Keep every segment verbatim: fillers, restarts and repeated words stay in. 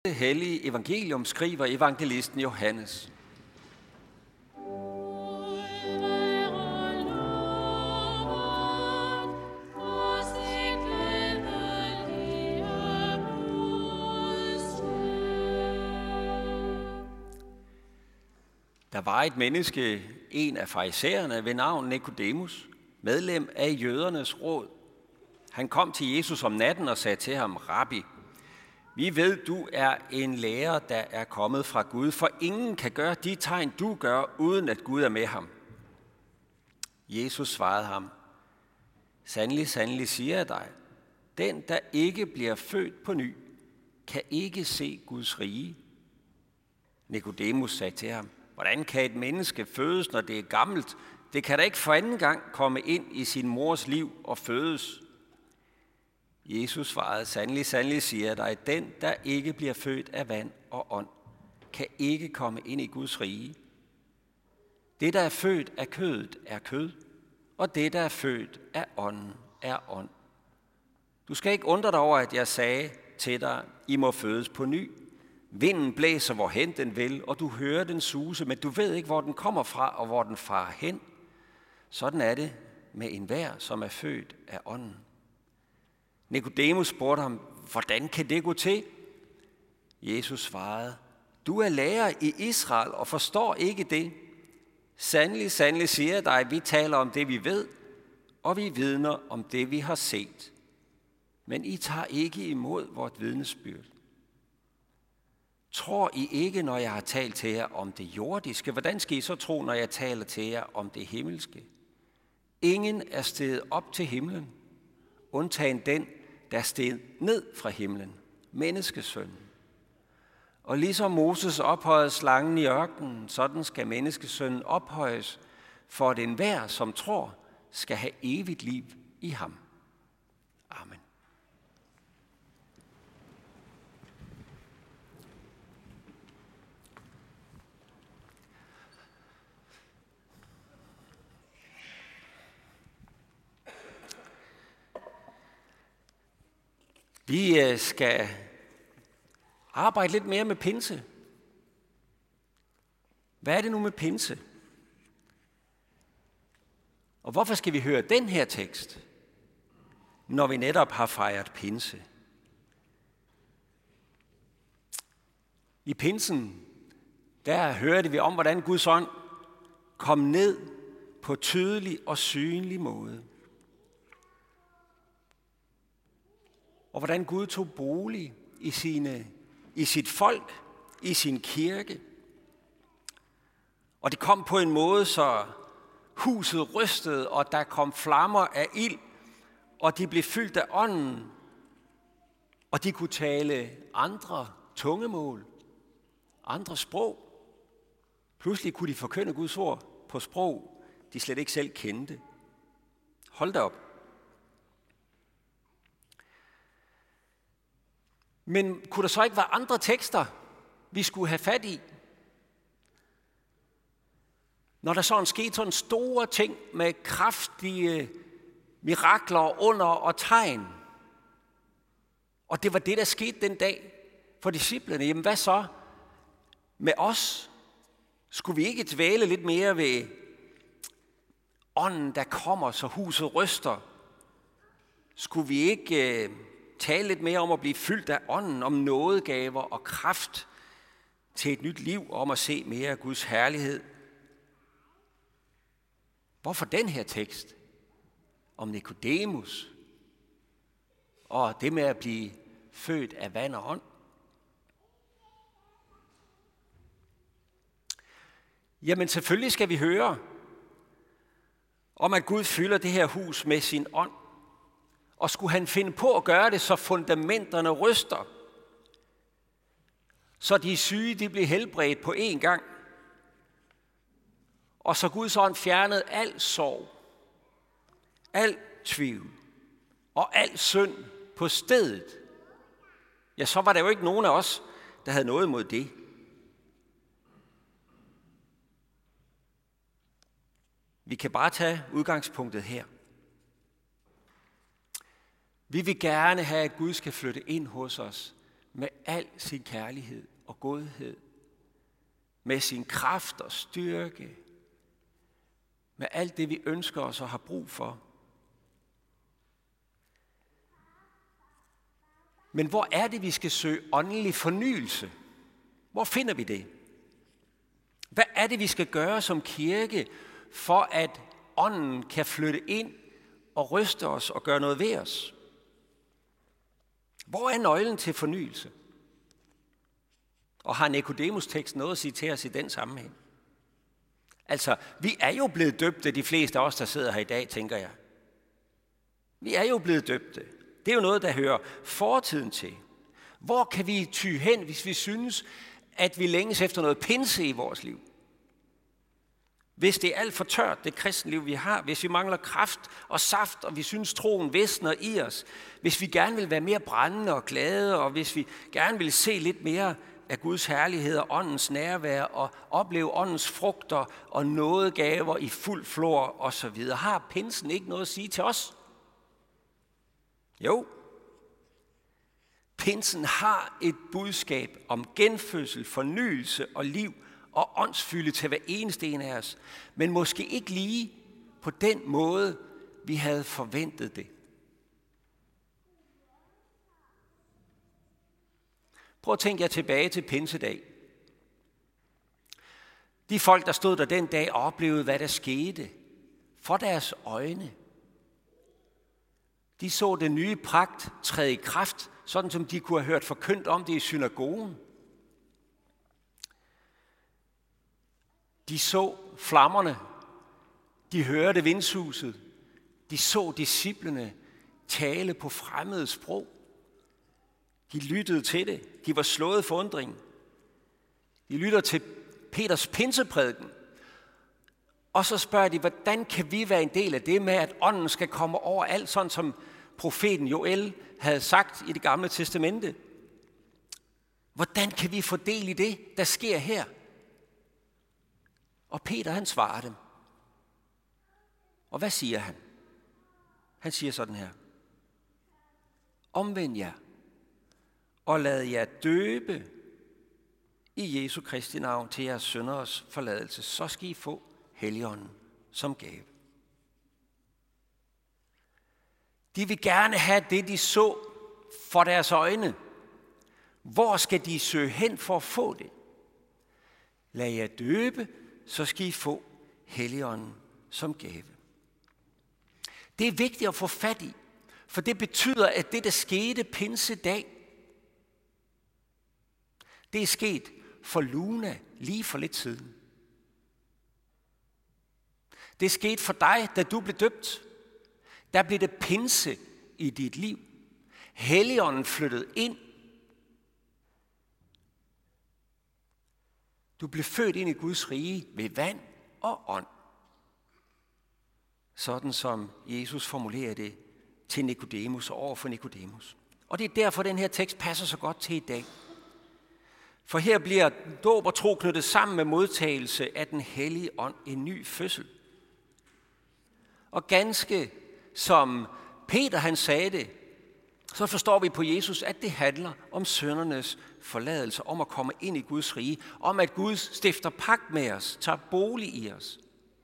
Det hellige evangelium skriver evangelisten Johannes. Der var et menneske, en af farisæerne ved navn Nikodemus, medlem af jødernes råd. Han kom til Jesus om natten og sagde til ham: Rabbi, vi ved, du er en lærer, der er kommet fra Gud, for ingen kan gøre de tegn, du gør, uden at Gud er med ham. Jesus svarede ham: Sandelig, sandelig siger jeg dig, den, der ikke bliver født på ny, kan ikke se Guds rige. Nikodemus sagde til ham: Hvordan kan et menneske fødes, når det er gammelt? Det kan da ikke for anden gang komme ind i sin mors liv og fødes. Jesus svarede: Sandelig, sandelig siger jeg dig, den, der ikke bliver født af vand og ånd, kan ikke komme ind i Guds rige. Det, der er født af kødet, er kød, og det, der er født af ånden, er ånd. Du skal ikke undre dig over, at jeg sagde til dig, I må fødes på ny. Vinden blæser, hvorhen den vil, og du hører den suse, men du ved ikke, hvor den kommer fra og hvor den farer hen. Sådan er det med enhver, som er født af ånden. Nikodemus spurgte ham: Hvordan kan det gå til? Jesus svarede: Du er lærer i Israel og forstår ikke det. Sandelig, sandelig siger jeg dig, vi taler om det, vi ved, og vi vidner om det, vi har set. Men I tager ikke imod vort vidnesbyrd. Tror I ikke, når jeg har talt til jer om det jordiske? Hvordan skal I så tro, når jeg taler til jer om det himmelske? Ingen er steget op til himlen, undtagen den, der steg ned fra himlen, menneskesønnen. Og ligesom Moses ophøjede slangen i ørkenen, sådan skal menneskesønnen ophøjes, for at enhver, som tror, skal have evigt liv i ham. Amen. Vi skal arbejde lidt mere med pinse. Hvad er det nu med pinse? Og hvorfor skal vi høre den her tekst, når vi netop har fejret pinse? I pinsen, der hørte vi om, hvordan Guds ånd kom ned på tydelig og synlig måde. Og hvordan Gud tog bolig i, sine, i sit folk, i sin kirke. Og det kom på en måde, så huset rystede, og der kom flammer af ild, og de blev fyldt af ånden, og de kunne tale andre tungemål, andre sprog. Pludselig kunne de forkynde Guds ord på sprog, de slet ikke selv kendte. Hold da op. Men kunne der så ikke være andre tekster, vi skulle have fat i? Når der sådan skete sådan store ting med kraftige mirakler, under og tegn. Og det var det, der skete den dag for disciplene. Jamen hvad så med os? Skulle vi ikke dvæle lidt mere ved ånden, der kommer, så huset ryster? Skulle vi ikke tale lidt mere om at blive fyldt af ånden, om nådegaver og kraft til et nyt liv, og om at se mere af Guds herlighed? Hvorfor den her tekst om Nikodemus og det med at blive født af vand og ånd? Jamen selvfølgelig skal vi høre om, at Gud fylder det her hus med sin ånd. Og skulle han finde på at gøre det, så fundamenterne ryster, så de syge de blev helbredt på én gang, og så Guds ånd fjernede al sorg, al tvivl og al synd på stedet, ja, så var der jo ikke nogen af os, der havde noget imod det. Vi kan bare tage udgangspunktet her. Vi vil gerne have, at Gud skal flytte ind hos os med al sin kærlighed og godhed, med sin kraft og styrke, med alt det, vi ønsker os og har brug for. Men hvor er det, vi skal søge åndelig fornyelse? Hvor finder vi det? Hvad er det, vi skal gøre som kirke, for at ånden kan flytte ind og ryste os og gøre noget ved os? Hvor er nøglen til fornyelse? Og har Nikodemus-teksten noget at sige til os i den sammenhæng? Altså, vi er jo blevet døbte, de fleste af os, der sidder her i dag, tænker jeg. Vi er jo blevet døbte. Det er jo noget, der hører fortiden til. Hvor kan vi ty hen, hvis vi synes, at vi længes efter noget pinse i vores liv? Hvis det er alt for tørt, det kristenliv, vi har, hvis vi mangler kraft og saft, og vi synes, troen visner i os, hvis vi gerne vil være mere brændende og glade, og hvis vi gerne vil se lidt mere af Guds herlighed og åndens nærvær, og opleve åndens frugter og nådegaver i fuld flor osv., har pinsen ikke noget at sige til os? Jo. Pinsen har et budskab om genfødsel, fornyelse og liv og åndsfylde til hver eneste en af os, men måske ikke lige på den måde, vi havde forventet det. Prøv at tænke jer tilbage til pinsedag. De folk, der stod der den dag og oplevede, hvad der skete for deres øjne. De så den nye pagt træde i kraft, sådan som de kunne have hørt forkyndt om det i synagogen. De så flammerne, de hørte vindshuset, de så disciplene tale på fremmede sprog. De lyttede til det, de var slået forundring. De lytter til Peters pinseprædiken, og så spørger de, hvordan kan vi være en del af det med, at ånden skal komme over alt, sådan som profeten Joel havde sagt i det gamle testamente. Hvordan kan vi få del i det, der sker her? Og Peter, han svarer dem. Og hvad siger han? Han siger sådan her: omvend jer, og lad jer døbe i Jesu Kristi navn til jeres synders forladelse, så skal I få Helligånden som gave. De vil gerne have det, de så for deres øjne. Hvor skal de søge hen for at få det? Lad jer døbe, så skal I få Helligånden som gave. Det er vigtigt at få fat i, for det betyder, at det, der skete pinsedag, det er sket for Luna lige for lidt siden. Det er sket for dig, da du blev døbt. Der blev det pinse i dit liv. Helligånden flyttede ind. Du blev født ind i Guds rige ved vand og ånd. Sådan som Jesus formulerer det til Nikodemus og over for Nikodemus. Og det er derfor, den her tekst passer så godt til i dag. For her bliver dåb og tro knyttet sammen med modtagelse af den hellige ånd, en ny fødsel. Og ganske som Peter han sagde det, så forstår vi på Jesus, at det handler om syndernes forladelse, om at komme ind i Guds rige, om at Gud stifter pagt med os, tager bolig i os.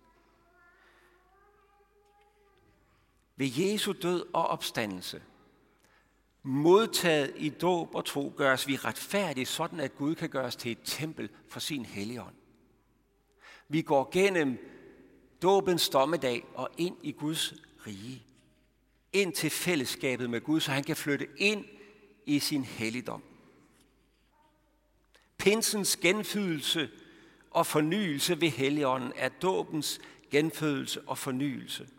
Ved Jesu død og opstandelse, modtaget i dåb og tro, gøres vi retfærdige, sådan at Gud kan gøre os til et tempel for sin Helligånd. Vi går gennem dåbens dommedag og ind i Guds rige. Ind til fællesskabet med Gud, så han kan flytte ind i sin helligdom. Pinsens genfødelse og fornyelse ved Helligånden er dåbens genfødelse og fornyelse.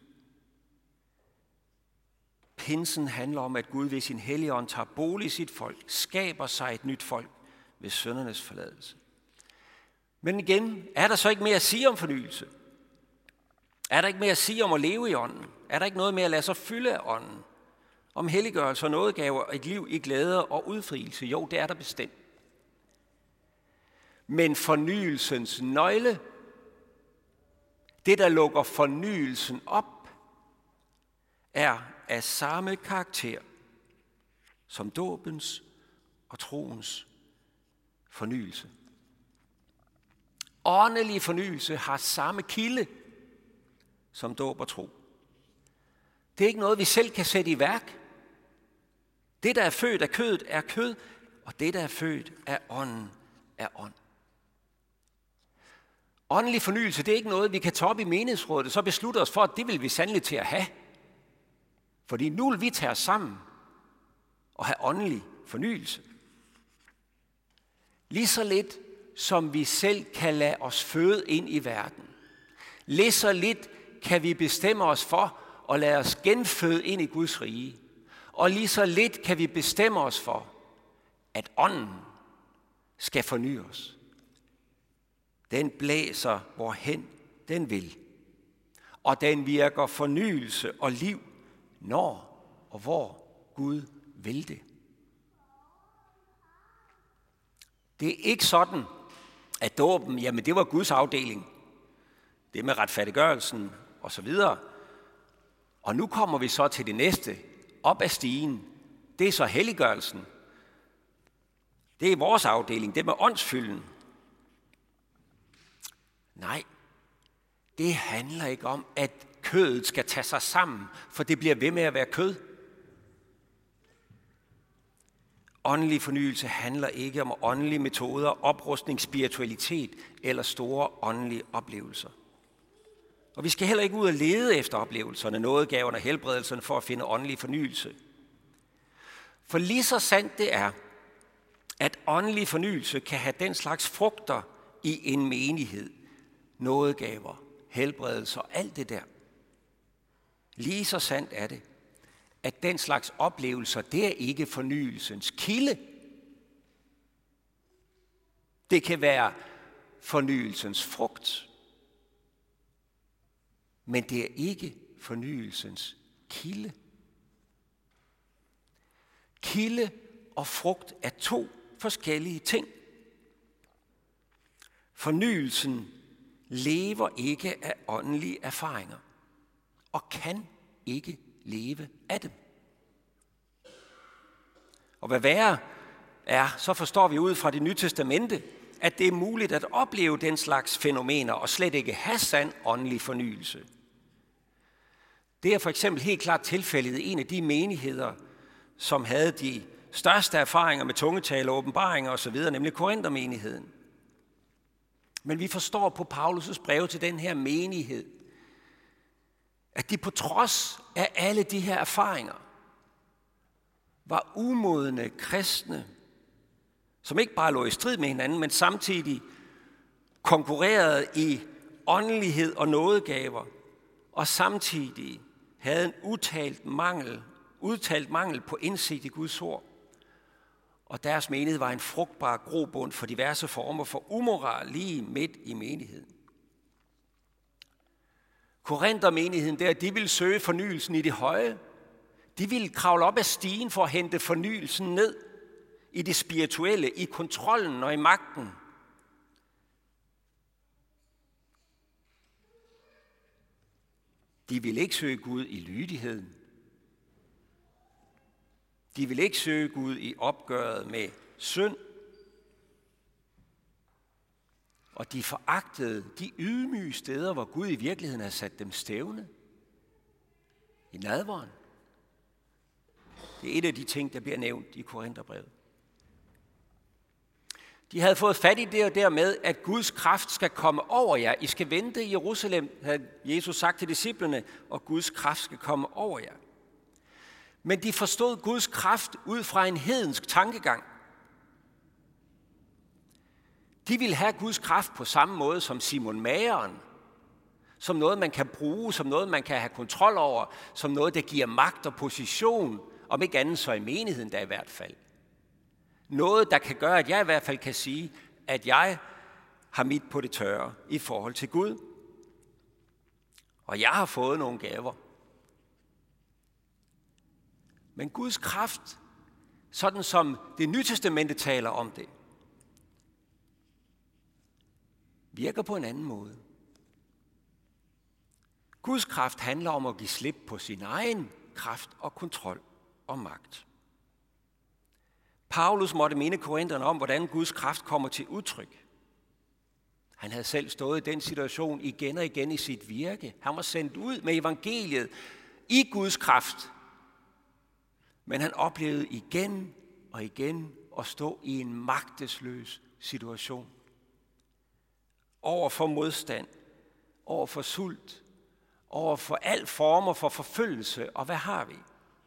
Pinsen handler om, at Gud ved sin Helligånd tager bolig i sit folk, skaber sig et nyt folk ved syndernes forladelse. Men igen, er der så ikke mere at sige om fornyelse? Er der ikke mere at sige om at leve i ånden? Er der ikke noget mere at lade sig fylde af ånden? Om helliggørelse og nådegaver og et liv i glæde og udfrielse? Jo, det er der bestemt. Men fornyelsens nøgle, det der lukker fornyelsen op, er af samme karakter som dåbens og troens fornyelse. Åndelig fornyelse har samme kilde som dåb og tro. Det er ikke noget, vi selv kan sætte i værk. Det, der er født af kødet, er kød, og det, der er født af ånden, er ånd. Åndelig fornyelse, det er ikke noget, vi kan tage op i menighedsrådet, så beslutte os for, at det vil vi sandelig til at have. Fordi nu vil vi tage os sammen og have åndelig fornyelse. Lige så lidt, som vi selv kan lade os føde ind i verden. Lige så lidt kan vi bestemme os for at lade os genføde ind i Guds rige. Og lige så lidt kan vi bestemme os for, at ånden skal forny os. Den blæser hvorhen den vil. Og den virker fornyelse og liv, når og hvor Gud vil det. Det er ikke sådan, at dåben, jamen det var Guds afdeling. Det med retfærdiggørelsen og så videre. Og nu kommer vi så til det næste, op ad stigen. Det er så helliggørelsen. Det er vores afdeling, det med åndsfylden. Nej, det handler ikke om, at kødet skal tage sig sammen, for det bliver ved med at være kød. Åndelig fornyelse handler ikke om åndelige metoder, oprustning, spiritualitet eller store åndelige oplevelser. Og vi skal heller ikke ud og lede efter oplevelserne, nådegaverne og helbredelserne for at finde åndelig fornyelse. For lige så sandt det er, at åndelig fornyelse kan have den slags frugter i en menighed, nådegaver, helbredelser og alt det der. Lige så sandt er det, at den slags oplevelser, det er ikke fornyelsens kilde. Det kan være fornyelsens frugt, men det er ikke fornyelsens kilde. Kilde og frugt er to forskellige ting. Fornyelsen lever ikke af åndelige erfaringer og kan ikke leve af dem. Og hvad værre er, så forstår vi ud fra Det Nye Testamente, at det er muligt at opleve den slags fænomener og slet ikke have sand åndelig fornyelse. Det er for eksempel helt klart tilfældet i en af de menigheder, som havde de største erfaringer med tungetale, åbenbaringer osv., nemlig Korintermenigheden. Men vi forstår på Paulus' brev til den her menighed, at de på trods af alle de her erfaringer var umodne kristne, som ikke bare lå i strid med hinanden, men samtidig konkurrerede i åndelighed og nådegaver, og samtidig havde en udtalt mangel, udtalt mangel på indsigt i Guds ord. Og deres menighed var en frugtbar grobund for diverse former for umoral lige midt i menigheden. Korintermenigheden der, de ville søge fornyelsen i det høje. De ville kravle op ad stigen for at hente fornyelsen ned i det spirituelle, i kontrollen og i magten. De ville ikke søge Gud i lydigheden. De ville ikke søge Gud i opgøret med synd. Og de foragtede de ydmyge steder, hvor Gud i virkeligheden havde sat dem stævne. I nadveren. Det er et af de ting, der bliver nævnt i Korintherbrevet. De havde fået fat i det og dermed, at Guds kraft skal komme over jer. I skal vente i Jerusalem, havde Jesus sagt til disciplene, og Guds kraft skal komme over jer. Men de forstod Guds kraft ud fra en hedensk tankegang. De ville have Guds kraft på samme måde som Simon Mageren, som noget, man kan bruge, som noget, man kan have kontrol over, som noget, der giver magt og position, om ikke andet så i menigheden der i hvert fald. Noget, der kan gøre, at jeg i hvert fald kan sige, at jeg har mit på det tørre i forhold til Gud. Og jeg har fået nogle gaver. Men Guds kraft, sådan som Det Nye Testamente taler om det, virker på en anden måde. Guds kraft handler om at give slip på sin egen kraft og kontrol og magt. Paulus måtte minde korinterne om, hvordan Guds kraft kommer til udtryk. Han havde selv stået i den situation igen og igen i sit virke. Han var sendt ud med evangeliet i Guds kraft. Men han oplevede igen og igen at stå i en magtesløs situation. Over for modstand, over for sult, over for al former for forfølgelse. Og hvad har vi?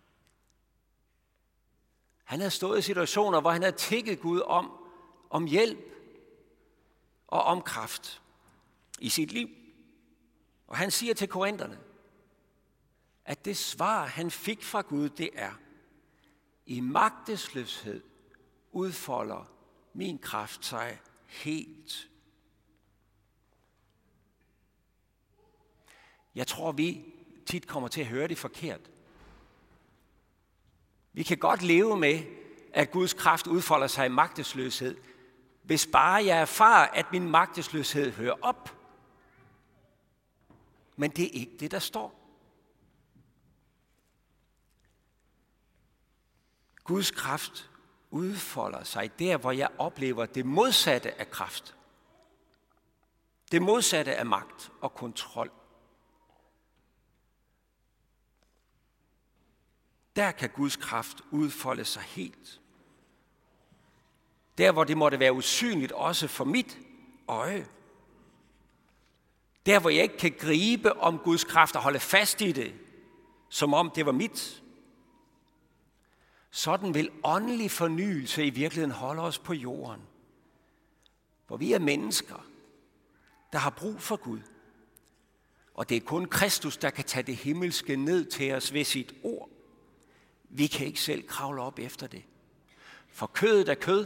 Han havde stået i situationer, hvor han havde tikket Gud om, om hjælp og om kraft i sit liv. Og han siger til korinterne, at det svar, han fik fra Gud, det er, i magtesløshed udfolder min kraft sig helt. Jeg tror, vi tit kommer til at høre det forkert. Vi kan godt leve med, at Guds kraft udfolder sig i magtesløshed, hvis bare jeg erfarer, at min magtesløshed hører op. Men det er ikke det, der står. Guds kraft udfolder sig der, hvor jeg oplever det modsatte af kraft. Det modsatte af magt og kontrol. Der kan Guds kraft udfolde sig helt. Der, hvor det måtte være usynligt også for mit øje. Der, hvor jeg ikke kan gribe om Guds kraft og holde fast i det, som om det var mit. Sådan vil åndelig fornyelse i virkeligheden holde os på jorden. For vi er mennesker, der har brug for Gud. Og det er kun Kristus, der kan tage det himmelske ned til os ved sit ord. Vi kan ikke selv kravle op efter det. For kødet er kød,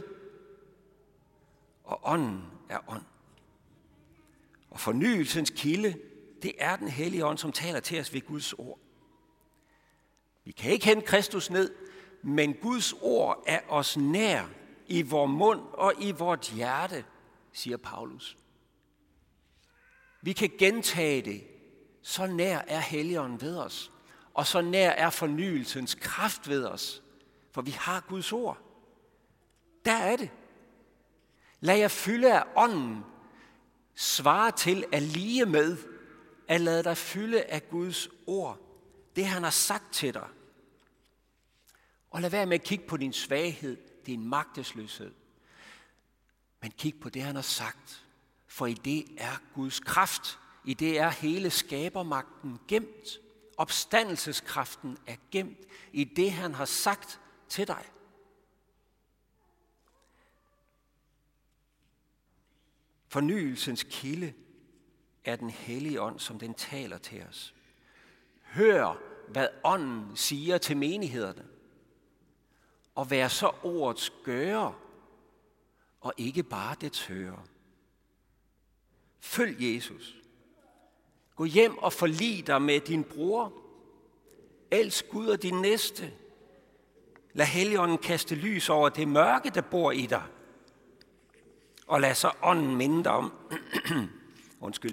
og ånden er ånd. Og fornyelsens kilde, det er den hellige ånd, som taler til os ved Guds ord. Vi kan ikke hente Kristus ned, men Guds ord er os nær i vor mund og i vort hjerte, siger Paulus. Vi kan gentage det. Så nær er Helligånden ved os, og så nær er fornyelsens kraft ved os, for vi har Guds ord. Der er det. Lad jer fylde af ånden, svare til at lige med, at lade dig fylde af Guds ord, det han har sagt til dig. Og lad være med at kigge på din svaghed, din magtesløshed. Men kig på det, han har sagt. For i det er Guds kraft. I det er hele skabermagten gemt. Opstandelseskraften er gemt i det, han har sagt til dig. Fornyelsens kilde er den hellige ånd, som den taler til os. Hør, hvad ånden siger til menighederne. Og vær så ordets gøre, og ikke bare dets hører. Følg Jesus. Gå hjem og forlig dig med din bror. Elsk Gud og din næste. Lad Helligånden kaste lys over det mørke, der bor i dig. Og lad så ånden minde dig om, undskyld,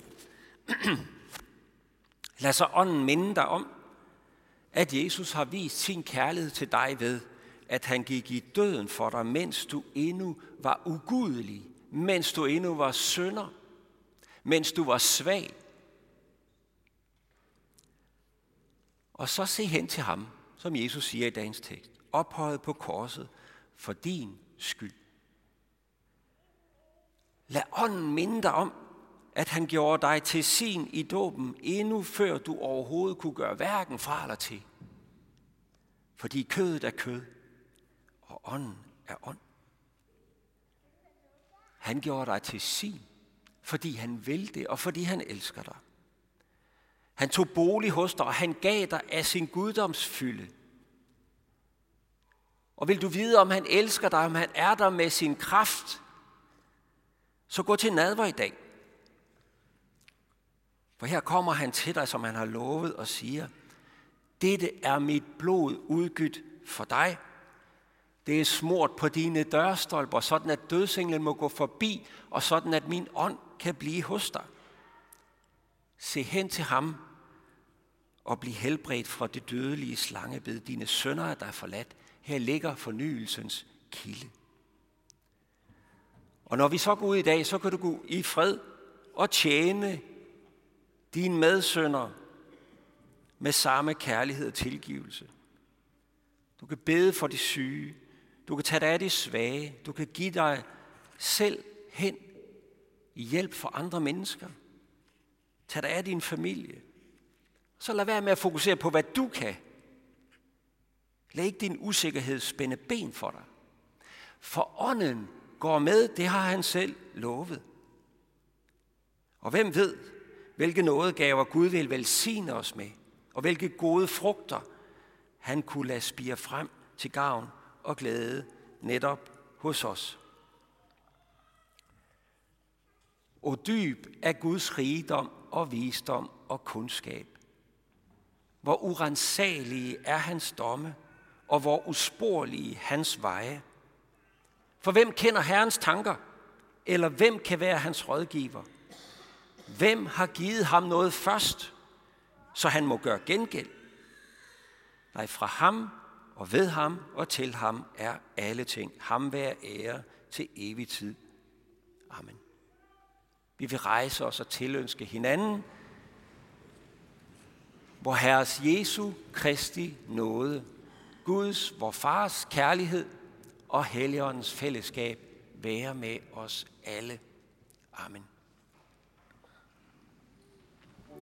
lad så ånden minde dig om, at Jesus har vist sin kærlighed til dig ved, at han gik i døden for dig, mens du endnu var ugudelig, mens du endnu var synder, mens du var svag. Og så se hen til ham, som Jesus siger i dagens tekst, ophøjet på korset for din skyld. Lad ånden minde dig om, at han gjorde dig til sin i dåben, endnu før du overhovedet kunne gøre hverken fra eller til. Fordi kødet er kød, og ånden er ånd. Han gjorde dig til sin, fordi han vil det, og fordi han elsker dig. Han tog bolig hos dig, og han gav dig af sin guddomsfylde. Og vil du vide, om han elsker dig, om han er der med sin kraft, så gå til nadver i dag. For her kommer han til dig, som han har lovet, og siger, dette er mit blod udgydt for dig. Det er smurt på dine dørstolper, sådan at dødsenglen må gå forbi, og sådan at min ånd kan blive hos dig. Se hen til ham og bliv helbredt fra det dødelige slangebid. Dine sønner er dig forladt. Her ligger fornyelsens kilde. Og når vi så går ud i dag, så kan du gå i fred og tjene dine medsynder med samme kærlighed og tilgivelse. Du kan bede for de syge. Du kan tage dig af de svage. Du kan give dig selv hen i hjælp for andre mennesker. Tag dig af din familie. Så lad være med at fokusere på, hvad du kan. Lad ikke din usikkerhed spænde ben for dig. For ånden går med, det har han selv lovet. Og hvem ved, hvilke nådegaver Gud vil velsigne os med, og hvilke gode frugter han kunne lade spire frem til gavn og glæde netop hos os. Og dyb er Guds rigdom og visdom og kundskab. Hvor uransagelige er hans domme, og hvor usporlige hans veje. For hvem kender Herrens tanker, eller hvem kan være hans rådgiver? Hvem har givet ham noget først, så han må gøre gengæld? Nej, fra ham og ved ham og til ham er alle ting. Ham være ære til evig tid. Amen. Vi vil rejse os og tilønske hinanden, hvor Herres Jesu Kristi nåde, Guds, vor Fars kærlighed og Helligåndens fællesskab være med os alle. Amen.